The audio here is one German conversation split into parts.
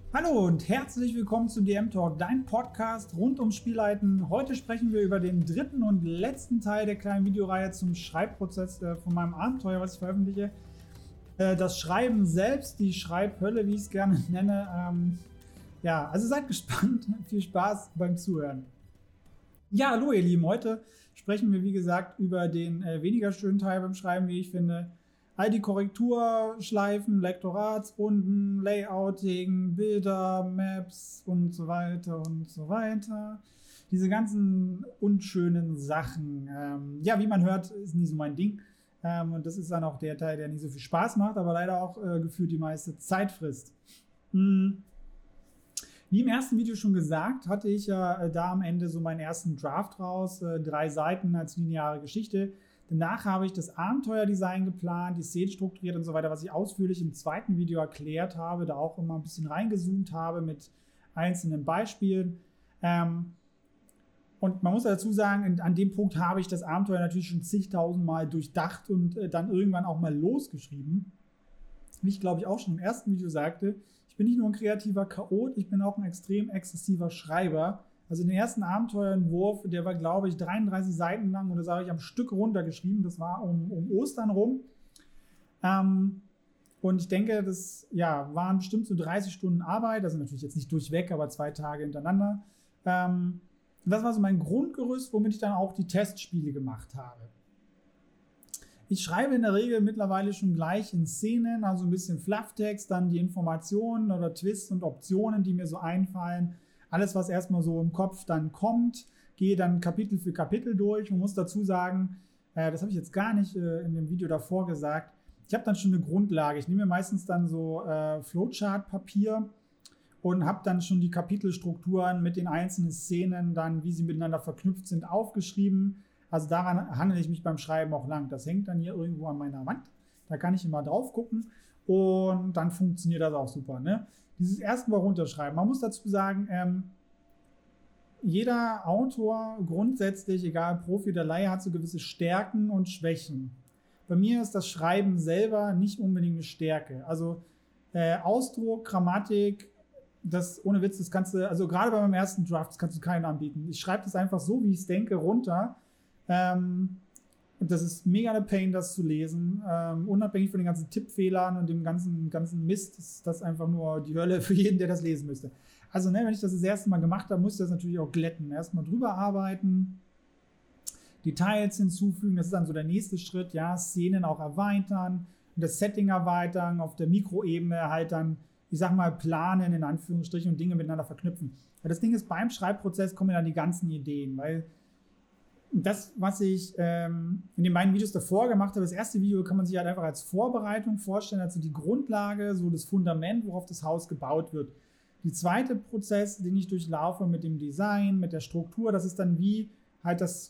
Hallo und herzlich willkommen zu DM Talk, dein Podcast rund ums Spielleiten. Heute sprechen wir über den dritten und letzten Teil der kleinen Videoreihe zum Schreibprozess von meinem Abenteuer, was ich veröffentliche. Das Schreiben selbst, die Schreibhölle, wie ich es gerne nenne. Also seid gespannt. Viel Spaß beim Zuhören. Ja, hallo ihr Lieben. Heute sprechen wir, wie gesagt, über den weniger schönen Teil beim Schreiben, wie ich finde. All die Korrekturschleifen, Lektoratsrunden, Layouting, Bilder, Maps und so weiter und so weiter. Diese ganzen unschönen Sachen. Wie man hört, ist nie so mein Ding. Und das ist dann auch der Teil, der nicht so viel Spaß macht, aber leider auch gefühlt die meiste Zeit frisst. Wie im ersten Video schon gesagt, hatte ich ja da am Ende so meinen ersten Draft raus, 3 Seiten als lineare Geschichte. Danach habe ich das Abenteuerdesign geplant, die Szenen strukturiert und so weiter, was ich ausführlich im zweiten Video erklärt habe, da auch immer ein bisschen reingezoomt habe mit einzelnen Beispielen. Und man muss dazu sagen, an dem Punkt habe ich das Abenteuer natürlich schon zigtausendmal durchdacht und dann irgendwann auch mal losgeschrieben. Wie ich glaube ich auch schon im ersten Video sagte, ich bin nicht nur ein kreativer Chaot, ich bin auch ein extrem exzessiver Schreiber. Also den ersten Abenteuerentwurf, der war, glaube ich, 33 Seiten lang und das habe ich am Stück runtergeschrieben. Das war um Ostern rum. Und ich denke, das waren bestimmt so 30 Stunden Arbeit. Also natürlich jetzt nicht durchweg, aber 2 Tage hintereinander. Das war so mein Grundgerüst, womit ich dann auch die Testspiele gemacht habe. Ich schreibe in der Regel mittlerweile schon gleich in Szenen, also ein bisschen Flufftext, dann die Informationen oder Twists und Optionen, die mir so einfallen. Alles, was erstmal so im Kopf dann kommt, gehe dann Kapitel für Kapitel durch. Man muss dazu sagen, das habe ich jetzt gar nicht in dem Video davor gesagt, ich habe dann schon eine Grundlage. Ich nehme mir meistens dann so Flowchart-Papier und habe dann schon die Kapitelstrukturen mit den einzelnen Szenen, dann wie sie miteinander verknüpft sind, aufgeschrieben. Also daran handle ich mich beim Schreiben auch lang. Das hängt dann hier irgendwo an meiner Wand. Da kann ich immer drauf gucken und dann funktioniert das auch super, ne? Dieses erstmal runterschreiben. Man muss dazu sagen, jeder Autor grundsätzlich, egal Profi oder Laie, hat so gewisse Stärken und Schwächen. Bei mir ist das Schreiben selber nicht unbedingt eine Stärke. Also Ausdruck, Grammatik, das ohne Witz, das kannst du, also gerade bei meinem ersten Draft, das kannst du keinen anbieten. Ich schreibe das einfach so, wie ich es denke, runter. Und das ist mega eine Pain, das zu lesen. Unabhängig von den ganzen Tippfehlern und dem ganzen Mist, ist das einfach nur die Hölle für jeden, der das lesen müsste. Also, wenn ich das erste Mal gemacht habe, muss ich das natürlich auch glätten. Erstmal drüber arbeiten, Details hinzufügen, das ist dann so der nächste Schritt, ja, Szenen auch erweitern und das Setting erweitern, auf der Mikroebene halt dann, ich sag mal, planen, in Anführungsstrichen, und Dinge miteinander verknüpfen. Weil das Ding ist, beim Schreibprozess kommen dann die ganzen Ideen, weil das, was ich in den beiden Videos davor gemacht habe, das erste Video kann man sich halt einfach als Vorbereitung vorstellen, also die Grundlage, so das Fundament, worauf das Haus gebaut wird. Die zweite Prozess, den ich durchlaufe mit dem Design, mit der Struktur, das ist dann wie halt das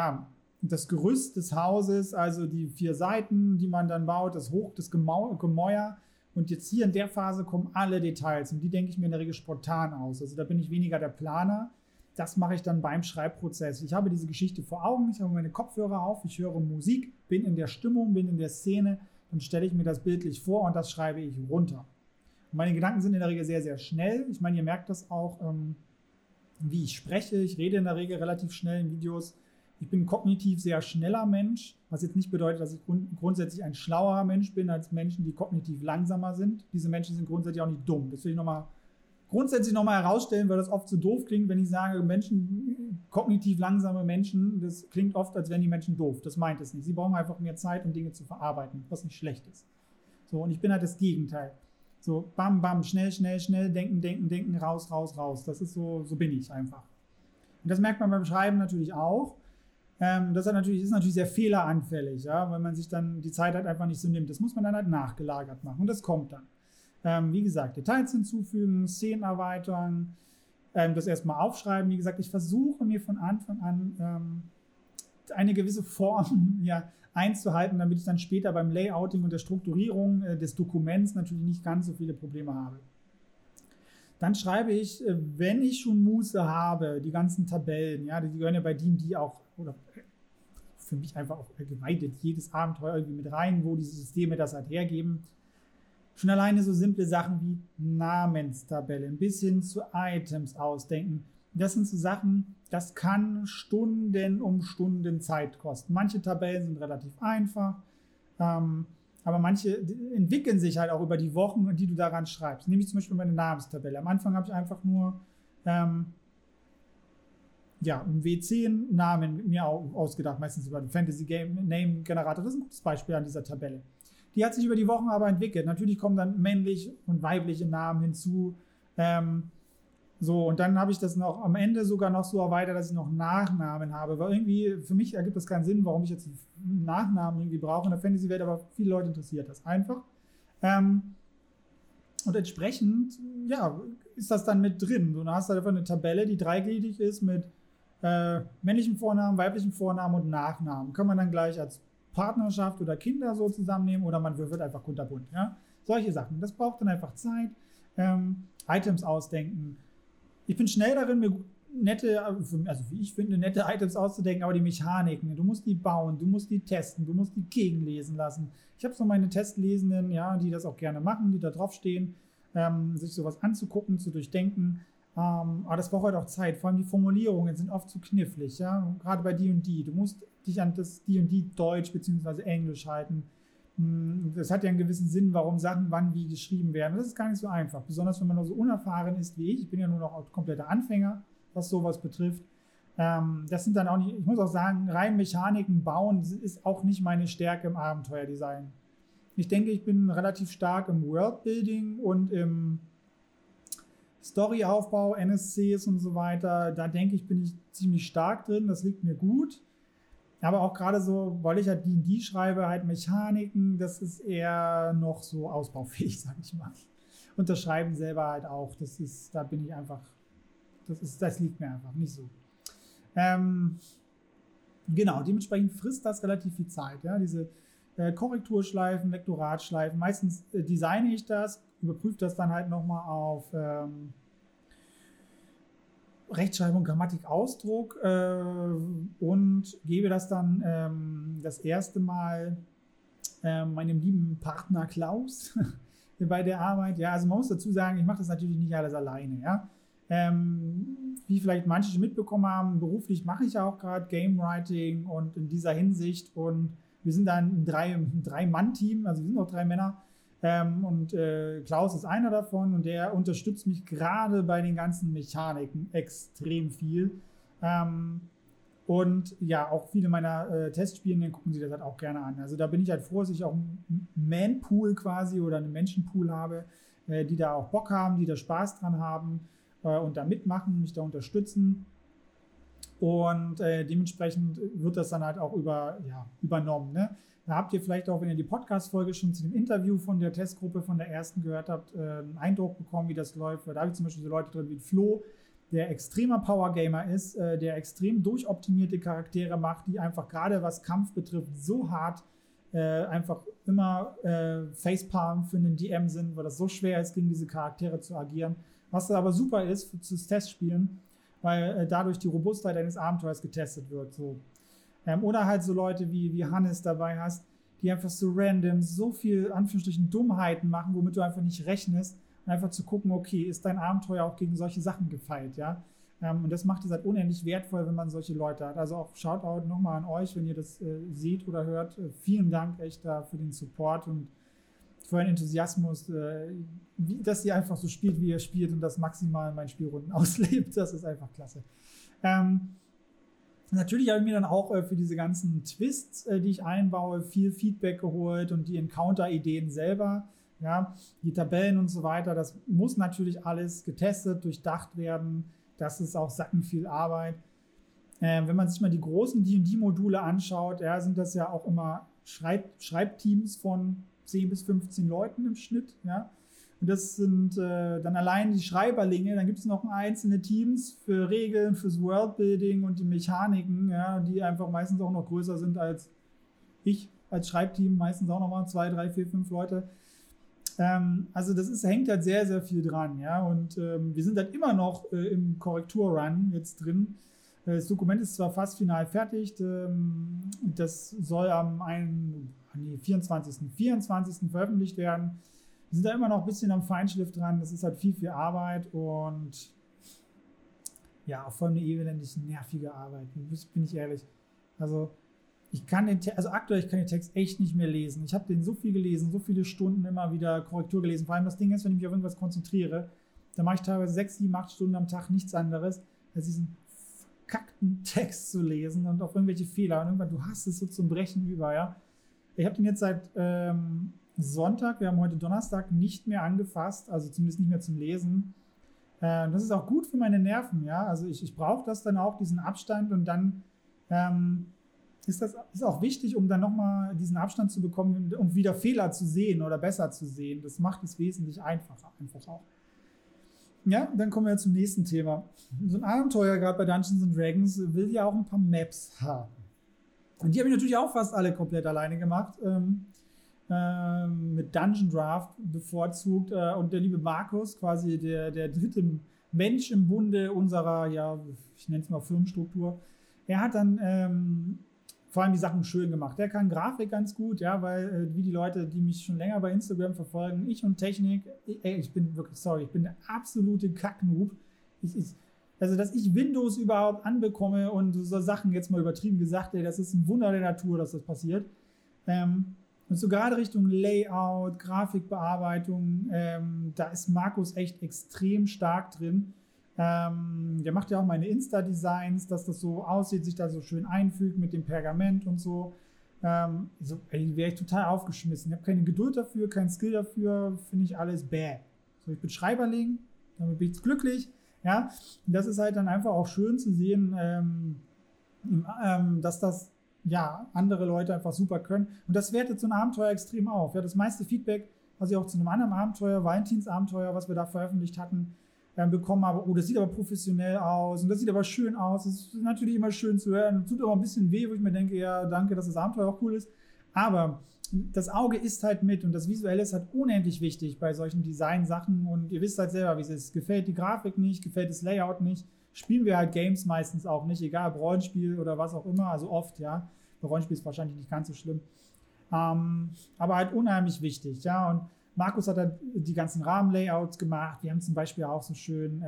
Gerüst des Hauses, also die 4 Seiten, die man dann baut, das Gemäuer. Und jetzt hier in der Phase kommen alle Details und die denke ich mir in der Regel spontan aus. Also da bin ich weniger der Planer. Das mache ich dann beim Schreibprozess. Ich habe diese Geschichte vor Augen, ich habe meine Kopfhörer auf, ich höre Musik, bin in der Stimmung, bin in der Szene, dann stelle ich mir das bildlich vor und das schreibe ich runter. Und meine Gedanken sind in der Regel sehr, sehr schnell. Ich meine, ihr merkt das auch, wie ich spreche. Ich rede in der Regel relativ schnell in Videos. Ich bin kognitiv sehr schneller Mensch, was jetzt nicht bedeutet, dass ich grundsätzlich ein schlauerer Mensch bin als Menschen, die kognitiv langsamer sind. Diese Menschen sind grundsätzlich auch nicht dumm. Das will ich grundsätzlich nochmal herausstellen, weil das oft so doof klingt, wenn ich sage, kognitiv langsame Menschen, das klingt oft, als wären die Menschen doof. Das meint es nicht. Sie brauchen einfach mehr Zeit, um Dinge zu verarbeiten, was nicht schlecht ist. So, und ich bin halt das Gegenteil. So, bam, bam, schnell, denken, raus. Das ist so bin ich einfach. Und das merkt man beim Schreiben natürlich auch. Das ist natürlich sehr fehleranfällig, ja, weil man sich dann die Zeit halt einfach nicht so nimmt. Das muss man dann halt nachgelagert machen und das kommt dann. Wie gesagt, Details hinzufügen, Szenen erweitern, das erstmal aufschreiben. Wie gesagt, ich versuche mir von Anfang an eine gewisse Form einzuhalten, damit ich dann später beim Layouting und der Strukturierung des Dokuments natürlich nicht ganz so viele Probleme habe. Dann schreibe ich, wenn ich schon Muße habe, die ganzen Tabellen, ja, die gehören ja bei D&D auch, oder für mich einfach auch allgemein jedes Abenteuer irgendwie mit rein, wo diese Systeme das halt hergeben, Schon alleine so simple Sachen wie Namenstabelle, ein bisschen zu Items ausdenken. Das sind so Sachen, das kann Stunden um Stunden Zeit kosten. Manche Tabellen sind relativ einfach, aber manche entwickeln sich halt auch über die Wochen, die du daran schreibst. Nehme ich zum Beispiel meine Namenstabelle. Am Anfang habe ich einfach nur einen W10-Namen mir ausgedacht, meistens über den Fantasy Game Name Generator. Das ist ein gutes Beispiel an dieser Tabelle. Die hat sich über die Wochen aber entwickelt. Natürlich kommen dann männliche und weibliche Namen hinzu. Und dann habe ich das noch am Ende sogar noch so erweitert, dass ich noch Nachnamen habe. Weil irgendwie, für mich ergibt das keinen Sinn, warum ich jetzt einen Nachnamen irgendwie brauche in der Fantasy-Welt, aber viele Leute interessiert das einfach. Und entsprechend, ist das dann mit drin. Du hast halt einfach eine Tabelle, die dreigliedrig ist mit männlichen Vornamen, weiblichen Vornamen und Nachnamen. Kann man dann gleich als Partnerschaft oder Kinder so zusammennehmen oder man würfelt einfach kunterbunt. Ja? Solche Sachen. Das braucht dann einfach Zeit. Items ausdenken. Ich bin schnell darin, mir nette, also wie ich finde, nette Items auszudenken, aber die Mechaniken, du musst die bauen, du musst die testen, du musst die gegenlesen lassen. Ich habe so meine Testlesenden, die das auch gerne machen, die da drauf stehen, sich sowas anzugucken, zu durchdenken. Aber das braucht halt auch Zeit. Vor allem die Formulierungen sind oft zu knifflig, ja, gerade bei D&D. Du musst dich an das D&D Deutsch bzw. Englisch halten. Das hat ja einen gewissen Sinn, warum Sachen wann wie geschrieben werden. Das ist gar nicht so einfach, besonders wenn man noch so unerfahren ist wie ich. Ich bin ja nur noch kompletter Anfänger, was sowas betrifft. Das sind dann auch nicht, ich muss auch sagen, rein Mechaniken bauen ist auch nicht meine Stärke im Abenteuerdesign. Ich denke, ich bin relativ stark im Worldbuilding und im Storyaufbau, NSCs und so weiter. Da denke ich, bin ich ziemlich stark drin, das liegt mir gut. Aber auch gerade so, weil ich halt D&D schreibe, halt Mechaniken, das ist eher noch so ausbaufähig, sag ich mal. Und das Schreiben selber halt auch, da bin ich einfach, das liegt mir einfach nicht so. Genau, dementsprechend frisst das relativ viel Zeit, ja, diese Korrekturschleifen, Lektoratschleifen. Meistens designe ich das, überprüfe das dann halt nochmal auf Rechtschreibung, Grammatik, Ausdruck und gebe das dann das erste Mal meinem lieben Partner Klaus bei der Arbeit. Ja, also man muss dazu sagen, ich mache das natürlich nicht alles alleine. Ja? Wie vielleicht manche schon mitbekommen haben, beruflich mache ich ja auch gerade Game Writing und in dieser Hinsicht und wir sind dann ein Drei-Mann-Team, also wir sind auch 3 Männer. Klaus ist einer davon und der unterstützt mich gerade bei den ganzen Mechaniken extrem viel. Und ja, auch viele meiner Testspielenden gucken sich das halt auch gerne an. Also da bin ich halt froh, dass ich auch einen Man-Pool quasi oder einen Menschenpool habe, die da auch Bock haben, die da Spaß dran haben und da mitmachen, mich da unterstützen. Und dementsprechend wird das dann halt auch übernommen. Ne? Da habt ihr vielleicht auch, wenn ihr die Podcast-Folge schon zu dem Interview von der Testgruppe von der ersten gehört habt, einen Eindruck bekommen, wie das läuft. Da habe ich zum Beispiel so Leute drin wie Flo, der extremer Power-Gamer ist, der extrem durchoptimierte Charaktere macht, die einfach gerade was Kampf betrifft so hart einfach immer Facepalm für einen DM sind, weil das so schwer ist, gegen diese Charaktere zu agieren. Was aber super ist fürs Testspielen, weil dadurch die Robustheit eines Abenteuers getestet wird. So. Oder halt so Leute wie Hannes dabei hast, die einfach so random so viel Anführungsstrichen Dummheiten machen, womit du einfach nicht rechnest, und einfach zu gucken, okay, ist dein Abenteuer auch gegen solche Sachen gefeilt, ja? Und das macht es halt unendlich wertvoll, wenn man solche Leute hat. Also auch Shoutout nochmal an euch, wenn ihr das seht oder hört. Vielen Dank echt da für den Support und für euren Enthusiasmus, dass ihr einfach so spielt, wie ihr spielt und das maximal in meinen Spielrunden auslebt. Das ist einfach klasse. Natürlich habe ich mir dann auch für diese ganzen Twists, die ich einbaue, viel Feedback geholt und die Encounter-Ideen selber, ja, die Tabellen und so weiter. Das muss natürlich alles getestet, durchdacht werden. Das ist auch sackenviel Arbeit. Wenn man sich mal die großen D&D-Module anschaut, ja, sind das ja auch immer Schreibteams von 10 bis 15 Leuten im Schnitt, ja. Und das sind dann allein die Schreiberlinge. Dann gibt es noch einzelne Teams für Regeln, fürs Worldbuilding und die Mechaniken, ja, die einfach meistens auch noch größer sind als ich als Schreibteam, meistens auch nochmal 2, 3, 4, 5 Leute. Also das hängt halt sehr, sehr viel dran, ja. Und wir sind halt immer noch im Korrekturrun jetzt drin. Das Dokument ist zwar fast final fertig, das soll am 24. veröffentlicht werden. wir sind da immer noch ein bisschen am Feinschliff dran. Das ist halt viel, viel Arbeit und ja, auf voll eine elendig nervige Arbeit, bin ich ehrlich. Also aktuell, ich kann den Text echt nicht mehr lesen. Ich habe den so viel gelesen, so viele Stunden immer wieder Korrektur gelesen. Vor allem das Ding ist, wenn ich mich auf irgendwas konzentriere, dann mache ich teilweise 6, 7, 8 Stunden am Tag nichts anderes, als diesen verkackten Text zu lesen und auf irgendwelche Fehler. Und irgendwann, du hast es so zum Brechen über, ja. Ich habe den jetzt seit Sonntag, wir haben heute Donnerstag, nicht mehr angefasst, also zumindest nicht mehr zum Lesen. Das ist auch gut für meine Nerven, ja. Also ich brauche das dann auch, diesen Abstand, und dann ist auch wichtig, um dann nochmal diesen Abstand zu bekommen, um wieder Fehler zu sehen oder besser zu sehen. Das macht es wesentlich einfacher, einfach auch. Ja, dann kommen wir zum nächsten Thema. So ein Abenteuer, gerade bei Dungeons & Dragons, will ja auch ein paar Maps haben. Und die habe ich natürlich auch fast alle komplett alleine gemacht. Mit Dungeon Draft bevorzugt. Und der liebe Markus, quasi der dritte Mensch im Bunde unserer, ja, ich nenne es mal Firmenstruktur, er hat dann vor allem die Sachen schön gemacht. Der kann Grafik ganz gut, ja, weil wie die Leute, die mich schon länger bei Instagram verfolgen, ich und Technik, ich bin wirklich, sorry, ich bin der absolute Kacknoob. Also, dass ich Windows überhaupt anbekomme und so Sachen, jetzt mal übertrieben gesagt, das ist ein Wunder der Natur, dass das passiert. Und so gerade Richtung Layout, Grafikbearbeitung, da ist Markus echt extrem stark drin. Der macht ja auch meine Insta-Designs, dass das so aussieht, sich da so schön einfügt mit dem Pergament und so. Wäre ich total aufgeschmissen. Ich habe keine Geduld dafür, keinen Skill dafür, finde ich alles bäh. So, ich bin Schreiberling, damit bin ich glücklich. Ja, und das ist halt dann einfach auch schön zu sehen, dass das ja andere Leute einfach super können. Und das wertet so ein Abenteuer extrem auf. Ja, das meiste Feedback, was ich auch zu einem anderen Abenteuer, Valentinsabenteuer, was wir da veröffentlicht hatten, bekommen habe, oh, das sieht aber professionell aus und das sieht aber schön aus. Das ist natürlich immer schön zu hören. Tut aber ein bisschen weh, wo ich mir denke, ja, danke, dass das Abenteuer auch cool ist. Aber das Auge ist halt mit und das Visuelle ist halt unendlich wichtig bei solchen Design-Sachen und ihr wisst halt selber, wie es ist. Gefällt die Grafik nicht, gefällt das Layout nicht, spielen wir halt Games meistens auch nicht, egal ob Rollenspiel oder was auch immer, also oft, ja. Bei Rollenspiel ist wahrscheinlich nicht ganz so schlimm. Aber halt unheimlich wichtig, ja. Und Markus hat dann die ganzen Rahmenlayouts gemacht. Wir haben zum Beispiel auch so schön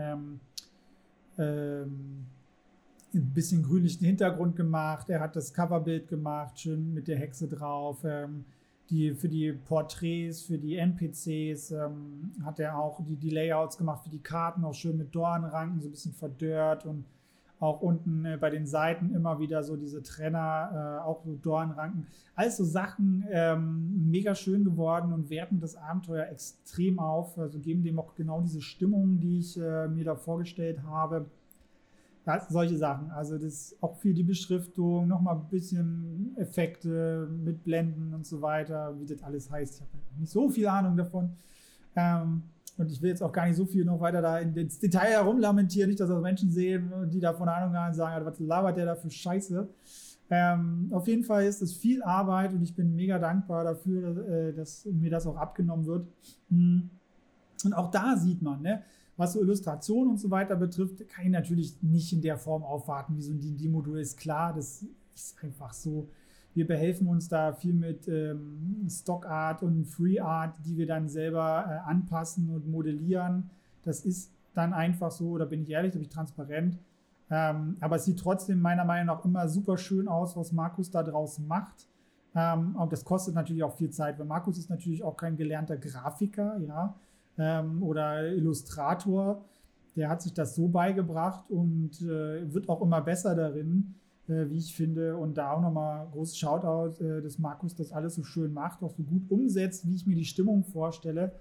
ein bisschen grünlichen Hintergrund gemacht. Er hat das Coverbild gemacht, schön mit der Hexe drauf. Für die Porträts, für die NPCs hat er auch die Layouts gemacht, für die Karten auch schön mit Dornranken, so ein bisschen verdörrt und auch unten bei den Seiten immer wieder so diese Trenner, auch so Dornranken. Alles so Sachen, mega schön geworden und werten das Abenteuer extrem auf. Also geben dem auch genau diese Stimmung, die ich mir da vorgestellt habe. Ja, solche Sachen. Also das ist auch für die Beschriftung, nochmal ein bisschen Effekte mit Blenden und so weiter, wie das alles heißt. Ich habe nicht so viel Ahnung davon. Und ich will jetzt auch gar nicht so viel noch weiter da ins Detail herumlamentieren, nicht, dass das Menschen sehen, die da von Ahnung haben und sagen, was labert der da für Scheiße. Auf jeden Fall ist das viel Arbeit und ich bin mega dankbar dafür, dass mir das auch abgenommen wird. Und auch da sieht man, ne, was so Illustration und so weiter betrifft, kann ich natürlich nicht in der Form aufwarten, wie so ein D&D-Modul ist. Klar, das ist einfach so. Wir behelfen uns da viel mit Stock Art und Free Art, die wir dann selber anpassen und modellieren. Das ist dann einfach so, da bin ich ehrlich, da bin ich transparent. Aber es sieht trotzdem meiner Meinung nach immer super schön aus, was Markus da draus macht. Und das kostet natürlich auch viel Zeit, weil Markus ist natürlich auch kein gelernter Grafiker, ja, oder Illustrator. Der hat sich das so beigebracht und wird auch immer besser darin, wie ich finde. Und da auch nochmal großes Shoutout, dass Markus das alles so schön macht, auch so gut umsetzt, wie ich mir die Stimmung vorstelle.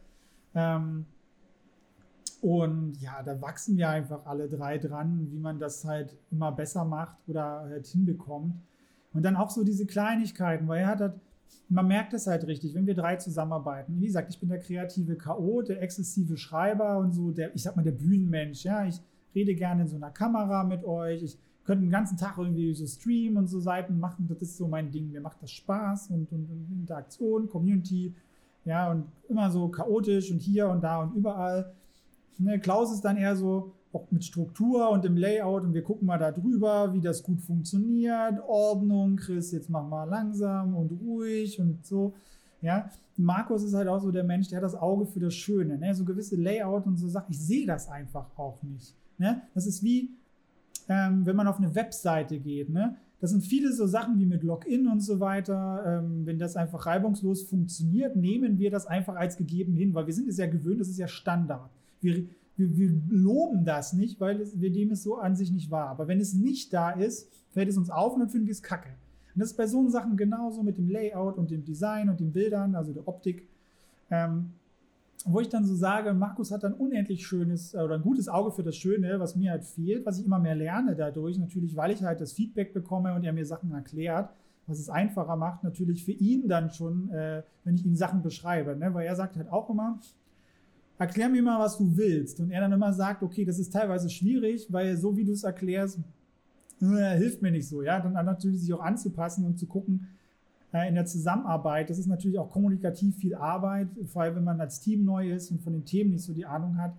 Und ja, da wachsen wir einfach alle drei dran, wie man das halt immer besser macht oder halt hinbekommt. Und dann auch so diese Kleinigkeiten, weil man merkt es halt richtig, wenn wir drei zusammenarbeiten. Wie gesagt, ich bin der kreative Chaot, der exzessive Schreiber und so, ich sag mal, der Bühnenmensch. Ja? Ich rede gerne in so einer Kamera mit euch. Ich könnte den ganzen Tag irgendwie so streamen und so Seiten machen. Das ist so mein Ding. Mir macht das Spaß und Interaktion, Community. Ja, und immer so chaotisch und hier und da und überall. Ne, Klaus ist dann eher so auch mit Struktur und im Layout und wir gucken mal da drüber, wie das gut funktioniert. Ordnung, Chris, jetzt mach mal langsam und ruhig und so. Ja, Markus ist halt auch so der Mensch, der hat das Auge für das Schöne, ne? So gewisse Layout und so Sachen. Ich sehe das einfach auch nicht. Ne? Das ist wie, wenn man auf eine Webseite geht. Ne? Das sind viele so Sachen wie mit Login und so weiter. Wenn das einfach reibungslos funktioniert, nehmen wir das einfach als gegeben hin, weil wir sind es ja gewöhnt, das ist ja Standard. Wir loben das nicht, weil wir nehmen es so an sich nicht wahr. Aber wenn es nicht da ist, fällt es uns auf und dann finden wir es kacke. Und das ist bei so Sachen genauso mit dem Layout und dem Design und den Bildern, also der Optik. Wo ich dann so sage, Markus hat ein unendlich schönes oder ein gutes Auge für das Schöne, was mir halt fehlt, was ich immer mehr lerne dadurch, natürlich, weil ich halt das Feedback bekomme und er mir Sachen erklärt, was es einfacher macht, natürlich für ihn dann schon, wenn ich ihm Sachen beschreibe, ne? Weil er sagt halt auch immer, erklär mir mal, was du willst. Und er dann immer sagt, okay, das ist teilweise schwierig, weil so wie du es erklärst, hilft mir nicht so. Ja? Dann natürlich sich auch anzupassen und zu gucken, in der Zusammenarbeit, das ist natürlich auch kommunikativ viel Arbeit, vor allem wenn man als Team neu ist und von den Themen nicht so die Ahnung hat.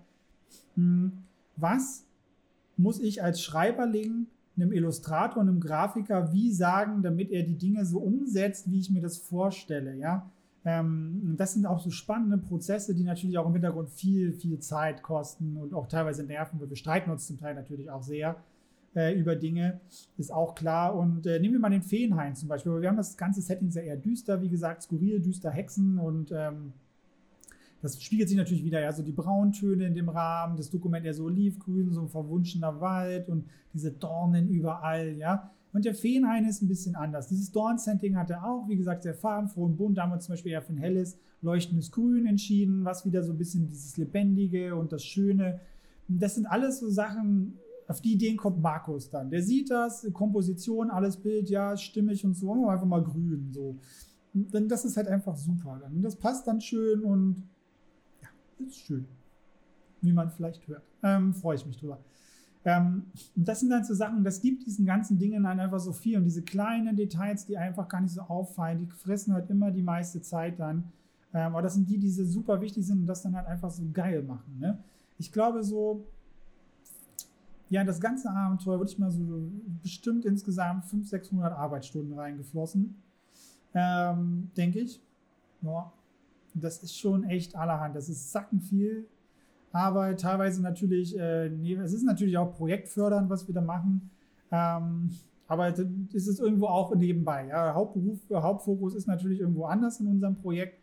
Was muss ich als Schreiberling einem Illustrator, einem Grafiker wie sagen, damit er die Dinge so umsetzt, wie ich mir das vorstelle? Ja? Das sind auch so spannende Prozesse, die natürlich auch im Hintergrund viel, viel Zeit kosten und auch teilweise nerven, weil wir streiten uns zum Teil natürlich auch sehr über Dinge, ist auch klar. Und nehmen wir mal den Feenhain zum Beispiel. Wir haben das ganze Setting sehr eher düster, wie gesagt, skurril, düster Hexen und das spiegelt sich natürlich wieder, ja, so die Brauntöne in dem Rahmen, das Dokument eher so olivgrün, so ein verwunschener Wald und diese Dornen überall, ja. Und der Feenhain ist ein bisschen anders. Dieses Dorn-Setting hat er auch, wie gesagt, sehr farbenfroh und bunt. Da haben wir zum Beispiel eher für ein helles, leuchtendes Grün entschieden, was wieder so ein bisschen dieses Lebendige und das Schöne. Das sind alles so Sachen, auf die Ideen kommt Markus dann. Der sieht das, Komposition, alles Bild, ja, stimmig und so, einfach mal grün, so. Denn das ist halt einfach super dann. Das passt dann schön und ja, ist schön. Wie man vielleicht hört. Freue ich mich drüber. Und das sind dann so Sachen, das gibt diesen ganzen Dingen dann einfach so viel und diese kleinen Details, die einfach gar nicht so auffallen, die fressen halt immer die meiste Zeit dann. Aber das sind die so super wichtig sind und das dann halt einfach so geil machen. Ne? Ich glaube so, ja, das ganze Abenteuer würde ich mal so bestimmt insgesamt 500, 600 Arbeitsstunden reingeflossen, denke ich. Ja, das ist schon echt allerhand. Das ist sackenviel Arbeit, teilweise natürlich, es ist natürlich auch projektfördernd, was wir da machen, aber es ist irgendwo auch nebenbei. Ja. Hauptfokus ist natürlich irgendwo anders in unserem Projekt,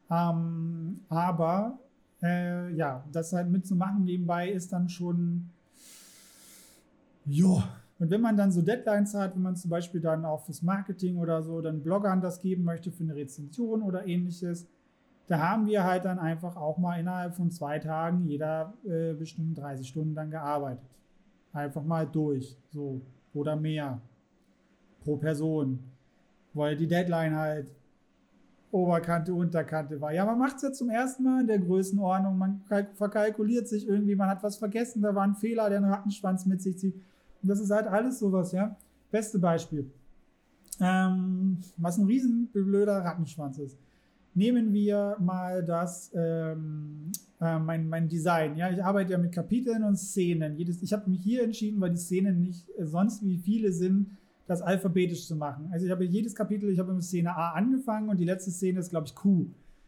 aber ja, das halt mitzumachen nebenbei ist dann schon. Ja, und wenn man dann so Deadlines hat, wenn man zum Beispiel dann auch fürs Marketing oder so dann Bloggern das geben möchte für eine Rezension oder ähnliches, da haben wir halt dann einfach auch mal innerhalb von 2 Tagen jeder bestimmt 30 Stunden dann gearbeitet. Einfach mal durch, so, oder mehr pro Person, weil die Deadline halt Oberkante, Unterkante war. Ja, man macht es ja zum ersten Mal in der Größenordnung, man verkalkuliert sich irgendwie, man hat was vergessen, da war ein Fehler, der einen Rattenschwanz mit sich zieht. Und das ist halt alles sowas, ja. Beste Beispiel. Was ein riesen blöder Rattenschwanz ist. Nehmen wir mal das, mein Design. Ja, ich arbeite ja mit Kapiteln und Szenen. Ich habe mich hier entschieden, weil die Szenen nicht sonst wie viele sind, das alphabetisch zu machen. Also ich habe jedes Kapitel, ich habe mit Szene A angefangen und die letzte Szene ist, glaube ich, Q.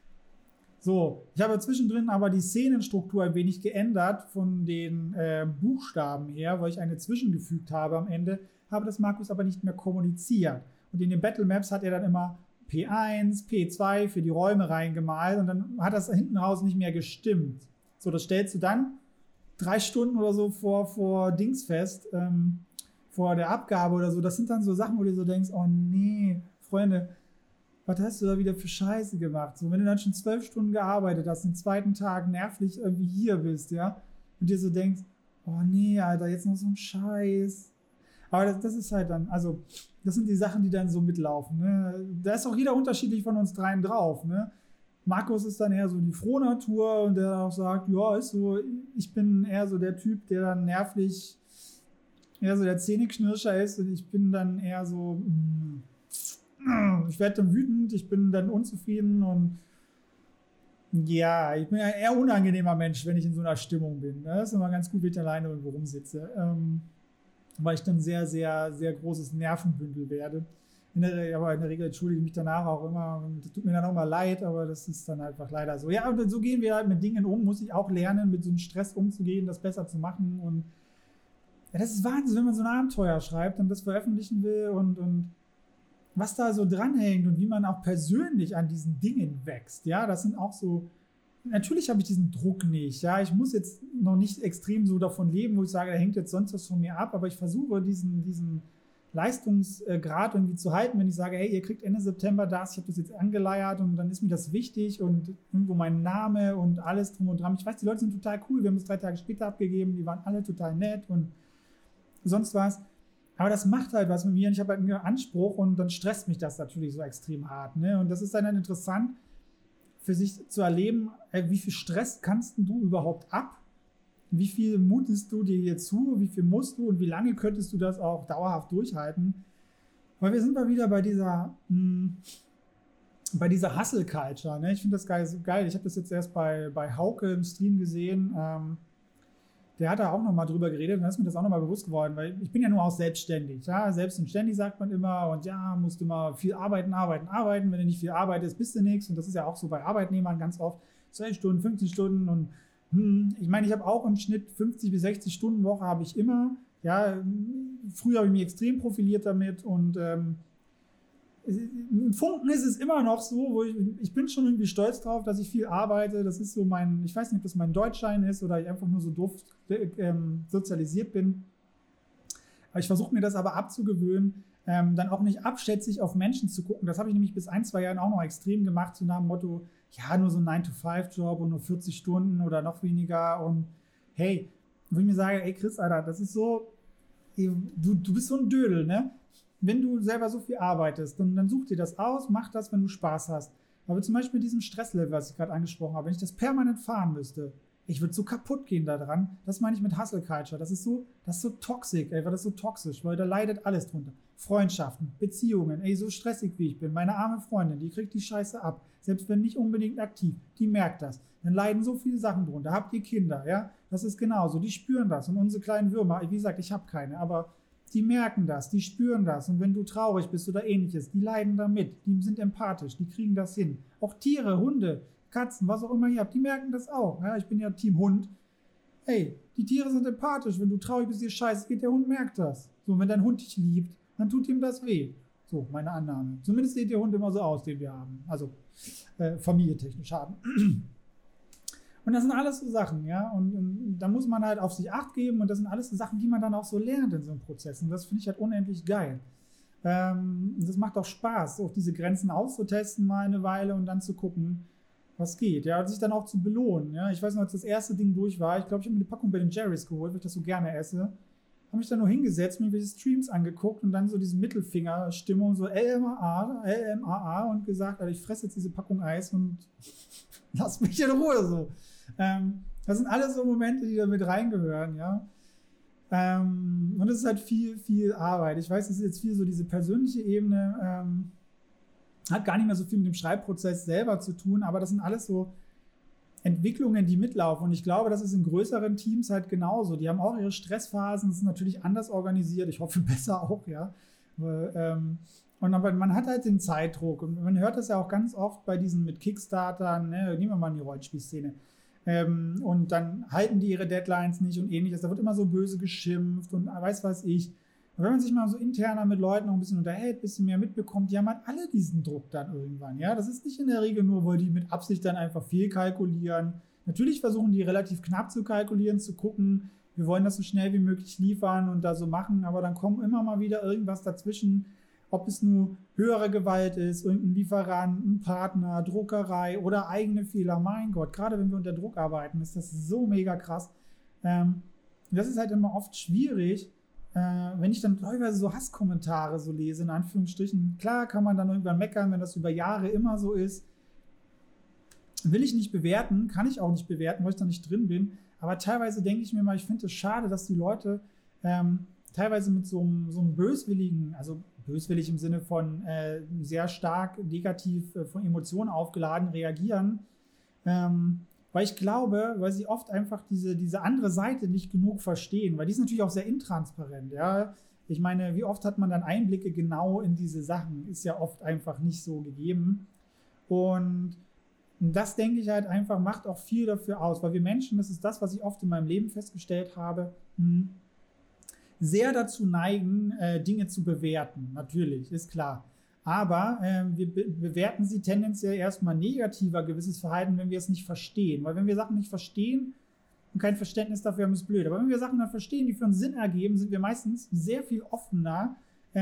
So, ich habe zwischendrin aber die Szenenstruktur ein wenig geändert von den Buchstaben her, weil ich eine zwischengefügt habe am Ende, habe das Markus aber nicht mehr kommuniziert. Und in den Battle Maps hat er dann immer P1, P2 für die Räume reingemalt und dann hat das hinten raus nicht mehr gestimmt. So, das stellst du dann 3 Stunden oder so vor Dings fest, vor der Abgabe oder so. Das sind dann so Sachen, wo du so denkst, oh nee, Freunde, was hast du da wieder für Scheiße gemacht? So, wenn du dann schon 12 Stunden gearbeitet hast, den zweiten Tag nervlich irgendwie hier bist, ja, und dir so denkst, oh nee, Alter, jetzt noch so ein Scheiß. Aber das ist halt dann, also, das sind die Sachen, die dann so mitlaufen. Ne? Da ist auch jeder unterschiedlich von uns dreien drauf. Ne? Markus ist dann eher so die Frohnatur und der auch sagt, ja, ist so, ich bin eher so der Typ, der dann nervlich eher so der Zähneknirscher ist und ich bin dann eher so, ich werde dann wütend, ich bin dann unzufrieden und ja, ich bin ein eher unangenehmer Mensch, wenn ich in so einer Stimmung bin. Ne? Das ist immer ganz gut, wenn ich alleine irgendwo rumsitze. Weil ich dann sehr, sehr, sehr großes Nervenbündel werde. Aber in der Regel entschuldige ich mich danach auch immer. Das tut mir dann auch mal leid, aber das ist dann einfach leider so. Ja, und so gehen wir halt mit Dingen um. Muss ich auch lernen, mit so einem Stress umzugehen, das besser zu machen. Und ja, das ist Wahnsinn, wenn man so ein Abenteuer schreibt und das veröffentlichen will und was da so dranhängt und wie man auch persönlich an diesen Dingen wächst. Ja, das sind auch so. Natürlich habe ich diesen Druck nicht. Ja, ich muss jetzt noch nicht extrem so davon leben, wo ich sage, da hängt jetzt sonst was von mir ab. Aber ich versuche diesen Leistungsgrad irgendwie zu halten, wenn ich sage, hey, ihr kriegt Ende September das, ich habe das jetzt angeleiert und dann ist mir das wichtig und irgendwo mein Name und alles drum und dran. Ich weiß, die Leute sind total cool, wir haben es 3 Tage später abgegeben, die waren alle total nett und sonst was. Aber das macht halt was mit mir und ich habe halt einen Anspruch und dann stresst mich das natürlich so extrem hart. Ne? Und das ist dann halt interessant für sich zu erleben, wie viel Stress kannst du überhaupt ab? Wie viel mutest du dir hier zu? Wie viel musst du? Und wie lange könntest du das auch dauerhaft durchhalten? Weil wir sind mal wieder bei dieser Hustle Culture. Ne? Ich finde das geil. Ich habe das jetzt erst bei Hauke im Stream gesehen. Der hat da auch nochmal drüber geredet und dann ist mir das auch nochmal bewusst geworden, weil ich bin ja nur auch selbstständig. Ja? Selbst und ständig sagt man immer und ja, musst du mal viel arbeiten. Wenn du nicht viel arbeitest, bist du nichts. Und das ist ja auch so bei Arbeitnehmern ganz oft. 12 Stunden, 15 Stunden und ich meine, ich habe auch im Schnitt 50 bis 60 Stunden Woche habe ich immer. Ja, früher habe ich mich extrem profiliert damit und im Funken ist es immer noch so, wo ich bin schon irgendwie stolz drauf, dass ich viel arbeite. Das ist so ich weiß nicht, ob das mein Deutschschein ist oder ich einfach nur so doof sozialisiert bin. Aber ich versuche mir das aber abzugewöhnen, dann auch nicht abschätzig auf Menschen zu gucken. Das habe ich nämlich bis 1-2 Jahren auch noch extrem gemacht, so nach dem Motto, ja, nur so ein 9-to-5-Job und nur 40 Stunden oder noch weniger. Und hey, wo ich mir sage, ey Chris, Alter, das ist so, du bist so ein Dödel, ne? Wenn du selber so viel arbeitest, dann such dir das aus, mach das, wenn du Spaß hast. Aber zum Beispiel mit diesem Stresslevel, was ich gerade angesprochen habe, wenn ich das permanent fahren müsste, ich würde so kaputt gehen daran. Das meine ich mit Hustle Culture. Das ist so toxisch, ey, weil das so toxisch, weil da leidet alles drunter. Freundschaften, Beziehungen, ey, so stressig wie ich bin. Meine arme Freundin, die kriegt die Scheiße ab. Selbst wenn nicht unbedingt aktiv, die merkt das. Dann leiden so viele Sachen drunter. Habt ihr Kinder, ja? Das ist genauso. Die spüren das. Und unsere kleinen Würmer, wie gesagt, ich habe keine, aber die merken das, die spüren das. Und wenn du traurig bist oder ähnliches, die leiden damit. Die sind empathisch, die kriegen das hin. Auch Tiere, Hunde, Katzen, was auch immer ihr habt, die merken das auch. Ja, ich bin ja Team Hund. Hey, die Tiere sind empathisch. Wenn du traurig bist, dir scheiße geht, der Hund merkt das. So, wenn dein Hund dich liebt, dann tut ihm das weh. So, meine Annahme. Zumindest sieht der Hund immer so aus, den wir haben. Also, familientechnisch haben. Und das sind alles so Sachen, ja. Und da muss man halt auf sich Acht geben. Und das sind alles so Sachen, die man dann auch so lernt in so einem Prozess. Und das finde ich halt unendlich geil. Das macht auch Spaß, auch diese Grenzen auszutesten mal eine Weile und dann zu gucken, was geht. Ja, und sich dann auch zu belohnen. Ja, ich weiß noch, als das erste Ding durch war, ich glaube, ich habe mir eine Packung Ben Jerry's geholt, weil ich das so gerne esse. Habe mich dann nur hingesetzt, mir welche Streams angeguckt und dann so diese Mittelfinger-Stimmung, so LMAA und gesagt, Alter, ich fresse jetzt diese Packung Eis und lass mich in Ruhe so. Das sind alles so Momente, die da mit reingehören, ja. Und es ist halt viel, viel Arbeit. Ich weiß, es ist jetzt viel so diese persönliche Ebene, hat gar nicht mehr so viel mit dem Schreibprozess selber zu tun, aber das sind alles so Entwicklungen, die mitlaufen. Und ich glaube, das ist in größeren Teams halt genauso. Die haben auch ihre Stressphasen, das ist natürlich anders organisiert, ich hoffe besser auch, ja. Aber man hat halt den Zeitdruck und man hört das ja auch ganz oft bei diesen mit Kickstartern, ne? Nehmen wir mal die Rollenspielszene. Und dann halten die ihre Deadlines nicht und ähnliches. Da wird immer so böse geschimpft und weiß was ich. Und wenn man sich mal so interner mit Leuten noch ein bisschen unterhält, ein bisschen mehr mitbekommt, die haben halt alle diesen Druck dann irgendwann. Ja, das ist nicht in der Regel nur, weil die mit Absicht dann einfach viel kalkulieren. Natürlich versuchen die relativ knapp zu kalkulieren, zu gucken, wir wollen das so schnell wie möglich liefern und da so machen, aber dann kommt immer mal wieder irgendwas dazwischen, ob es nur höhere Gewalt ist, irgendein Lieferant, ein Partner, Druckerei oder eigene Fehler. Mein Gott, gerade wenn wir unter Druck arbeiten, ist das so mega krass. Das ist halt immer oft schwierig, wenn ich dann teilweise so Hasskommentare so lese, in Anführungsstrichen. Klar kann man dann irgendwann meckern, wenn das über Jahre immer so ist. Will ich nicht bewerten, kann ich auch nicht bewerten, weil ich da nicht drin bin. Aber teilweise denke ich mir mal, ich finde es schade, dass die Leute teilweise mit so einem böswilligen, also böswillig im Sinne von sehr stark negativ von Emotionen aufgeladen reagieren, weil ich glaube, weil sie oft einfach diese andere Seite nicht genug verstehen, weil die ist natürlich auch sehr intransparent, ja. Ich meine, wie oft hat man dann Einblicke genau in diese Sachen? Ist ja oft einfach nicht so gegeben. Und das, denke ich halt einfach, macht auch viel dafür aus, weil wir Menschen, das ist das, was ich oft in meinem Leben festgestellt habe, sehr dazu neigen, Dinge zu bewerten. Natürlich, ist klar. Aber wir bewerten sie tendenziell erstmal negativer, gewisses Verhalten, wenn wir es nicht verstehen. Weil wenn wir Sachen nicht verstehen und kein Verständnis dafür haben, ist blöd. Aber wenn wir Sachen dann verstehen, die für uns Sinn ergeben, sind wir meistens sehr viel offener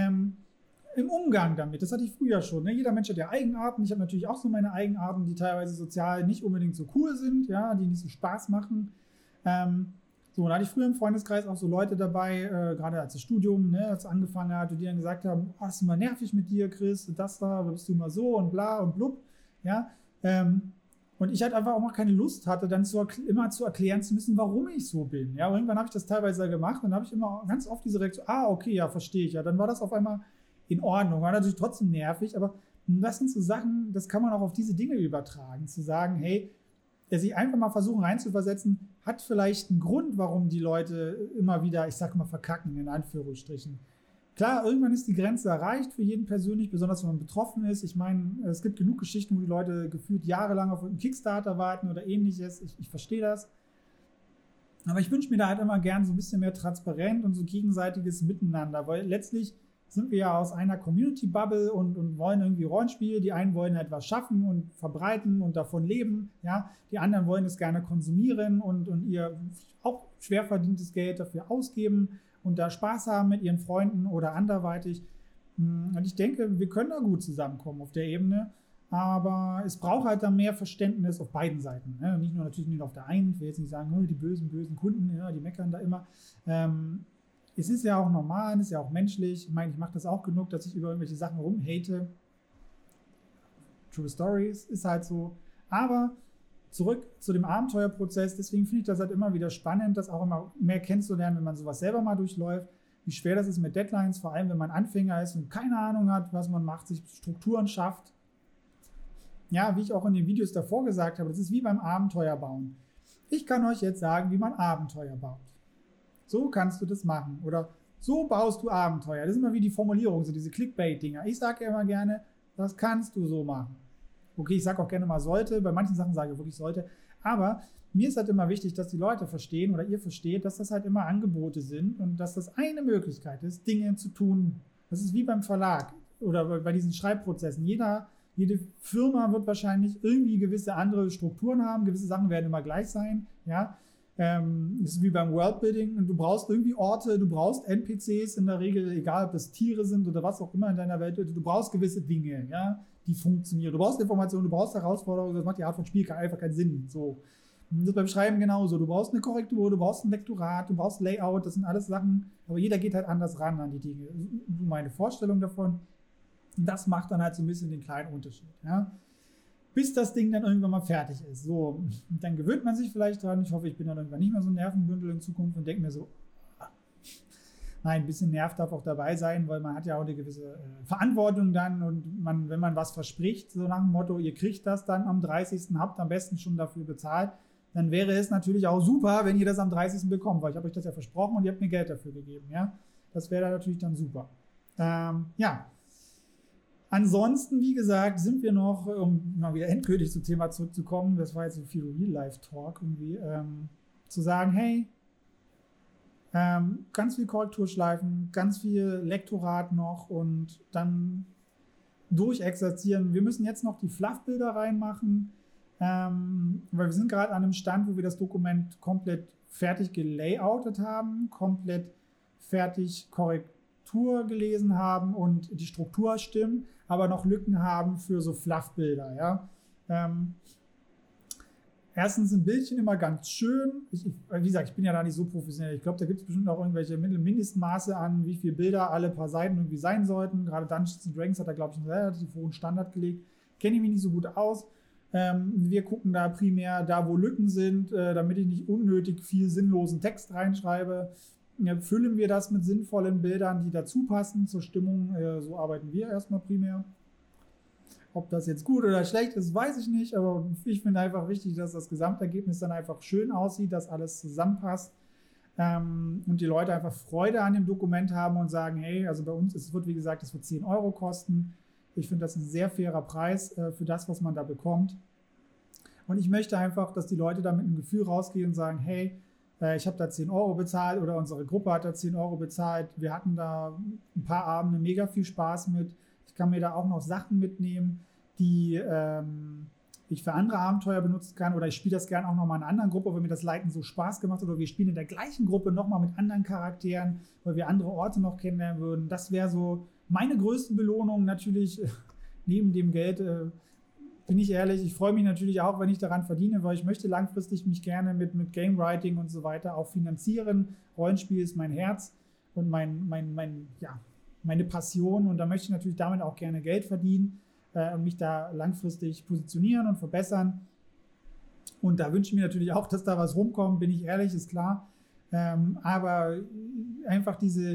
im Umgang damit. Das hatte ich früher schon. Ne? Jeder Mensch hat ja Eigenarten. Ich habe natürlich auch so meine Eigenarten, die teilweise sozial nicht unbedingt so cool sind, ja, die nicht so Spaß machen. So, da hatte ich früher im Freundeskreis auch so Leute dabei, gerade als das Studium, ne, als es angefangen hat, die dann gesagt haben, oh, ist immer nervig mit dir, Chris, und das da, bist du immer so und bla und blub, ja. Und ich halt einfach auch mal keine Lust hatte, dann immer zu erklären zu müssen, warum ich so bin. Ja, irgendwann habe ich das teilweise gemacht und habe ich immer ganz oft diese Reaktion, okay, ja, verstehe ich, ja, dann war das auf einmal in Ordnung, war natürlich trotzdem nervig, aber das sind so Sachen, das kann man auch auf diese Dinge übertragen, zu sagen, hey, sich einfach mal versuchen reinzuversetzen, hat vielleicht einen Grund, warum die Leute immer wieder, ich sag mal, verkacken, in Anführungsstrichen. Klar, irgendwann ist die Grenze erreicht für jeden persönlich, besonders wenn man betroffen ist. Ich meine, es gibt genug Geschichten, wo die Leute gefühlt jahrelang auf einen Kickstarter warten oder ähnliches. Ich verstehe das. Aber ich wünsche mir da halt immer gern so ein bisschen mehr Transparenz und so gegenseitiges Miteinander, weil letztlich sind wir ja aus einer Community-Bubble und wollen irgendwie Rollenspiele. Die einen wollen etwas schaffen und verbreiten und davon leben. Ja? Die anderen wollen es gerne konsumieren und ihr auch schwer verdientes Geld dafür ausgeben und da Spaß haben mit ihren Freunden oder anderweitig. Und ich denke, wir können da gut zusammenkommen auf der Ebene. Aber es braucht halt dann mehr Verständnis auf beiden Seiten. Ne? Nicht nur natürlich nicht auf der einen. Ich will jetzt nicht sagen, die bösen Kunden, ja, die meckern da immer. Es ist ja auch normal, es ist ja auch menschlich. Ich meine, ich mache das auch genug, dass ich über irgendwelche Sachen rumhate. True Stories ist halt so. Aber zurück zu dem Abenteuerprozess. Deswegen finde ich das halt immer wieder spannend, das auch immer mehr kennenzulernen, wenn man sowas selber mal durchläuft. Wie schwer das ist mit Deadlines, vor allem wenn man Anfänger ist und keine Ahnung hat, was man macht, sich Strukturen schafft. Ja, wie ich auch in den Videos davor gesagt habe, das ist wie beim Abenteuerbauen. Ich kann euch jetzt sagen, wie man Abenteuer baut. So kannst du das machen. Oder so baust du Abenteuer. Das ist immer wie die Formulierung, so diese Clickbait-Dinger. Ich sage ja immer gerne, das kannst du so machen. Okay, ich sage auch gerne mal sollte. Bei manchen Sachen sage ich wirklich sollte. Aber mir ist halt immer wichtig, dass die Leute verstehen oder ihr versteht, dass das halt immer Angebote sind und dass das eine Möglichkeit ist, Dinge zu tun. Das ist wie beim Verlag oder bei diesen Schreibprozessen. Jede Firma wird wahrscheinlich irgendwie gewisse andere Strukturen haben. Gewisse Sachen werden immer gleich sein. Ja? Das ist wie beim Worldbuilding. Und du brauchst irgendwie Orte, du brauchst NPCs in der Regel, egal ob das Tiere sind oder was auch immer in deiner Welt. Du brauchst gewisse Dinge, ja, die funktionieren. Du brauchst Informationen, du brauchst Herausforderungen. Das macht die Art von Spiel einfach keinen Sinn. So. Das ist beim Schreiben genauso. Du brauchst eine Korrektur, du brauchst ein Lektorat, du brauchst Layout. Das sind alles Sachen. Aber jeder geht halt anders ran an die Dinge. Meine Vorstellung davon. Das macht dann halt so ein bisschen den kleinen Unterschied. Ja? Bis das Ding dann irgendwann mal fertig ist. So, und dann gewöhnt man sich vielleicht dran. Ich hoffe, ich bin dann irgendwann nicht mehr so ein Nervenbündel in Zukunft und denke mir so, nein, ein bisschen Nerv darf auch dabei sein, weil man hat ja auch eine gewisse Verantwortung dann und wenn man was verspricht, so nach dem Motto, ihr kriegt das dann am 30., habt am besten schon dafür bezahlt, dann wäre es natürlich auch super, wenn ihr das am 30. bekommt, weil ich habe euch das ja versprochen und ihr habt mir Geld dafür gegeben. Ja? Das wäre dann natürlich dann super. Ja. Ansonsten, wie gesagt, sind wir noch, um mal wieder endgültig zum Thema zurückzukommen, das war jetzt so viel Real-Life-Talk irgendwie, zu sagen, hey, ganz viel Korrekturschleifen, ganz viel Lektorat noch und dann durchexerzieren. Wir müssen jetzt noch die Fluffbilder reinmachen, weil wir sind gerade an einem Stand, wo wir das Dokument komplett fertig gelayoutet haben, komplett fertig Korrektur gelesen haben und die Struktur stimmt, aber noch Lücken haben für so Fluffbilder. Ja? Erstens sind Bildchen immer ganz schön. Wie gesagt, ich bin ja da nicht so professionell. Ich glaube, da gibt es bestimmt auch irgendwelche Mindestmaße an, wie viele Bilder alle paar Seiten irgendwie sein sollten. Gerade Dungeons & Dragons hat da, glaube ich, einen relativ hohen Standard gelegt. Kenne ich mich nicht so gut aus. Wir gucken da primär da, wo Lücken sind, damit ich nicht unnötig viel sinnlosen Text reinschreibe. Füllen wir das mit sinnvollen Bildern, die dazu passen zur Stimmung. So arbeiten wir erstmal primär. Ob das jetzt gut oder schlecht ist, weiß ich nicht, aber ich finde einfach wichtig, dass das Gesamtergebnis dann einfach schön aussieht, dass alles zusammenpasst. und die Leute einfach Freude an dem Dokument haben und sagen, hey, also bei uns, es wird wie gesagt, es wird 10 Euro kosten. Ich finde das ein sehr fairer Preis für das, was man da bekommt. Und ich möchte einfach, dass die Leute da mit einem Gefühl rausgehen und sagen, hey, ich habe da 10 Euro bezahlt oder unsere Gruppe hat da 10 Euro bezahlt. Wir hatten da ein paar Abende mega viel Spaß mit. Ich kann mir da auch noch Sachen mitnehmen, die ich für andere Abenteuer benutzen kann, oder ich spiele das gerne auch nochmal in einer anderen Gruppe, weil mir das Leiten so Spaß gemacht hat, oder wir spielen in der gleichen Gruppe nochmal mit anderen Charakteren, weil wir andere Orte noch kennenlernen würden. Das wäre so meine größte Belohnung natürlich neben dem Geld. Bin ich ehrlich, ich freue mich natürlich auch, wenn ich daran verdiene, weil ich möchte langfristig mich gerne mit Game Writing und so weiter auch finanzieren. Rollenspiel ist mein Herz und meine Passion, und da möchte ich natürlich damit auch gerne Geld verdienen und mich da langfristig positionieren und verbessern. Und da wünsche ich mir natürlich auch, dass da was rumkommt, bin ich ehrlich, ist klar. Aber einfach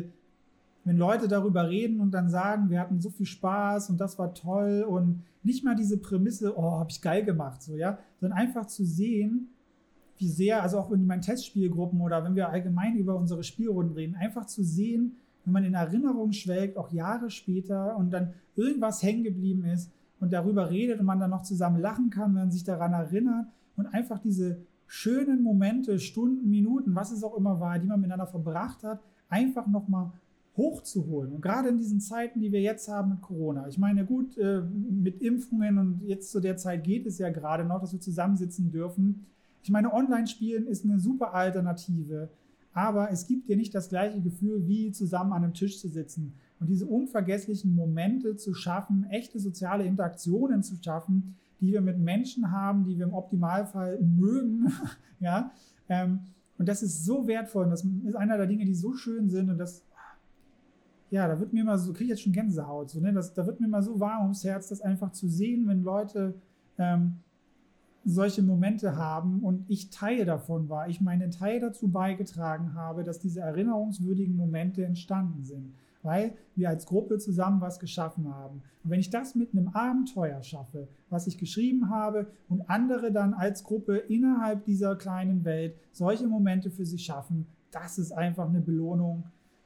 wenn Leute darüber reden und dann sagen, wir hatten so viel Spaß und das war toll, und nicht mal diese Prämisse, oh, habe ich geil gemacht, so, ja, sondern einfach zu sehen, wie sehr, also auch in meinen Testspielgruppen oder wenn wir allgemein über unsere Spielrunden reden, einfach zu sehen, wenn man in Erinnerung schwelgt, auch Jahre später, und dann irgendwas hängen geblieben ist und darüber redet und man dann noch zusammen lachen kann, wenn man sich daran erinnert, und einfach diese schönen Momente, Stunden, Minuten, was es auch immer war, die man miteinander verbracht hat, einfach nochmal hochzuholen. Und gerade in diesen Zeiten, die wir jetzt haben mit Corona. Ich meine, gut, mit Impfungen und jetzt zu der Zeit geht es ja gerade noch, dass wir zusammensitzen dürfen. Ich meine, Online-Spielen ist eine super Alternative, aber es gibt dir nicht das gleiche Gefühl, wie zusammen an einem Tisch zu sitzen und diese unvergesslichen Momente zu schaffen, echte soziale Interaktionen zu schaffen, die wir mit Menschen haben, die wir im Optimalfall mögen. Ja? Und das ist so wertvoll, und das ist einer der Dinge, die so schön sind, und das, ja, da wird mir immer so, kriege ich jetzt schon Gänsehaut, so, ne? Da wird mir immer so warm ums Herz, das einfach zu sehen, wenn Leute solche Momente haben und ich Teil davon war, ich meinen Teil dazu beigetragen habe, dass diese erinnerungswürdigen Momente entstanden sind, weil wir als Gruppe zusammen was geschaffen haben. Und wenn ich das mit einem Abenteuer schaffe, was ich geschrieben habe, und andere dann als Gruppe innerhalb dieser kleinen Welt solche Momente für sich schaffen, das ist einfach eine Belohnung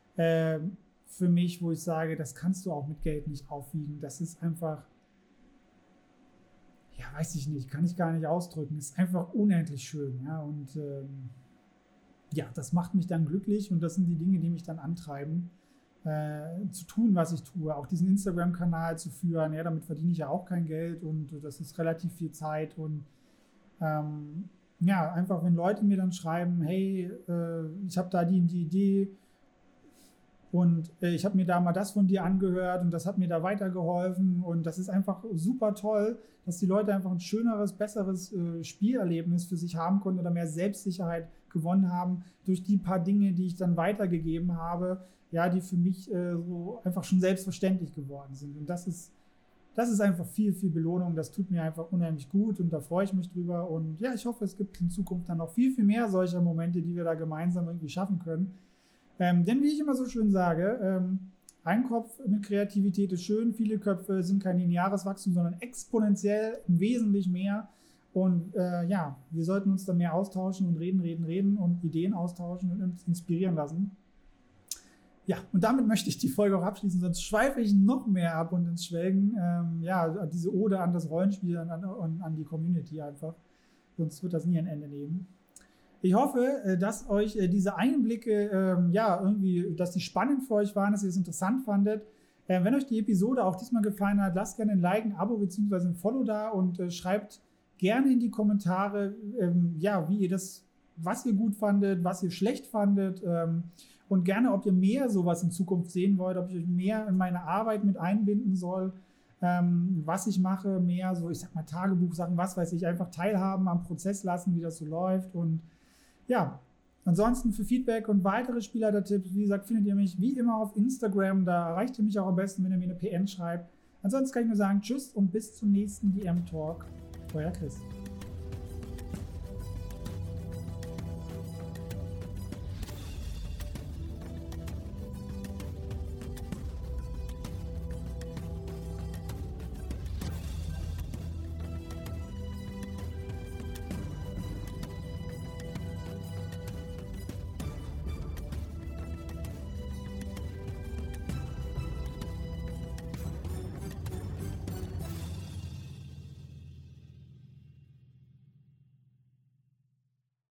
für mich, wo ich sage, das kannst du auch mit Geld nicht aufwiegen. Das ist einfach, ja, weiß ich nicht, kann ich gar nicht ausdrücken. Das ist einfach unendlich schön. Ja? Und ja, das macht mich dann glücklich, und das sind die Dinge, die mich dann antreiben, zu tun, was ich tue. Auch diesen Instagram-Kanal zu führen, ja, damit verdiene ich ja auch kein Geld, und das ist relativ viel Zeit. Und ja, einfach, wenn Leute mir dann schreiben, hey, ich habe da die Idee, und ich habe mir da mal das von dir angehört und das hat mir da weitergeholfen, und das ist einfach super toll, dass die Leute einfach ein schöneres, besseres Spielerlebnis für sich haben konnten oder mehr Selbstsicherheit gewonnen haben durch die paar Dinge, die ich dann weitergegeben habe, ja, die für mich so einfach schon selbstverständlich geworden sind. Und das ist einfach viel, viel Belohnung. Das tut mir einfach unheimlich gut, und da freue ich mich drüber. Und ja, ich hoffe, es gibt in Zukunft dann noch viel, viel mehr solcher Momente, die wir da gemeinsam irgendwie schaffen können. Denn wie ich immer so schön sage, ein Kopf mit Kreativität ist schön, viele Köpfe sind kein lineares Wachstum, sondern exponentiell wesentlich mehr. Und ja, wir sollten uns da mehr austauschen und reden und Ideen austauschen und uns inspirieren lassen. Ja, und damit möchte ich die Folge auch abschließen, sonst schweife ich noch mehr ab und ins Schwelgen. Ja, diese Ode an das Rollenspiel und an die Community einfach. Sonst wird das nie ein Ende nehmen. Ich hoffe, dass euch diese Einblicke, ja, irgendwie, dass die spannend für euch waren, dass ihr es interessant fandet. Wenn euch die Episode auch diesmal gefallen hat, lasst gerne ein Like, ein Abo bzw. ein Follow da, und schreibt gerne in die Kommentare, ja, wie ihr das, was ihr gut fandet, was ihr schlecht fandet, und gerne, ob ihr mehr sowas in Zukunft sehen wollt, ob ich euch mehr in meine Arbeit mit einbinden soll, was ich mache, mehr so, ich sag mal, Tagebuchsachen, was weiß ich, einfach teilhaben am Prozess lassen, wie das so läuft. Und ja, ansonsten für Feedback und weitere Spielleiter-Tipps, wie gesagt, findet ihr mich wie immer auf Instagram. Da erreicht ihr mich auch am besten, wenn ihr mir eine PN schreibt. Ansonsten kann ich nur sagen, tschüss und bis zum nächsten DM-Talk. Euer Chris.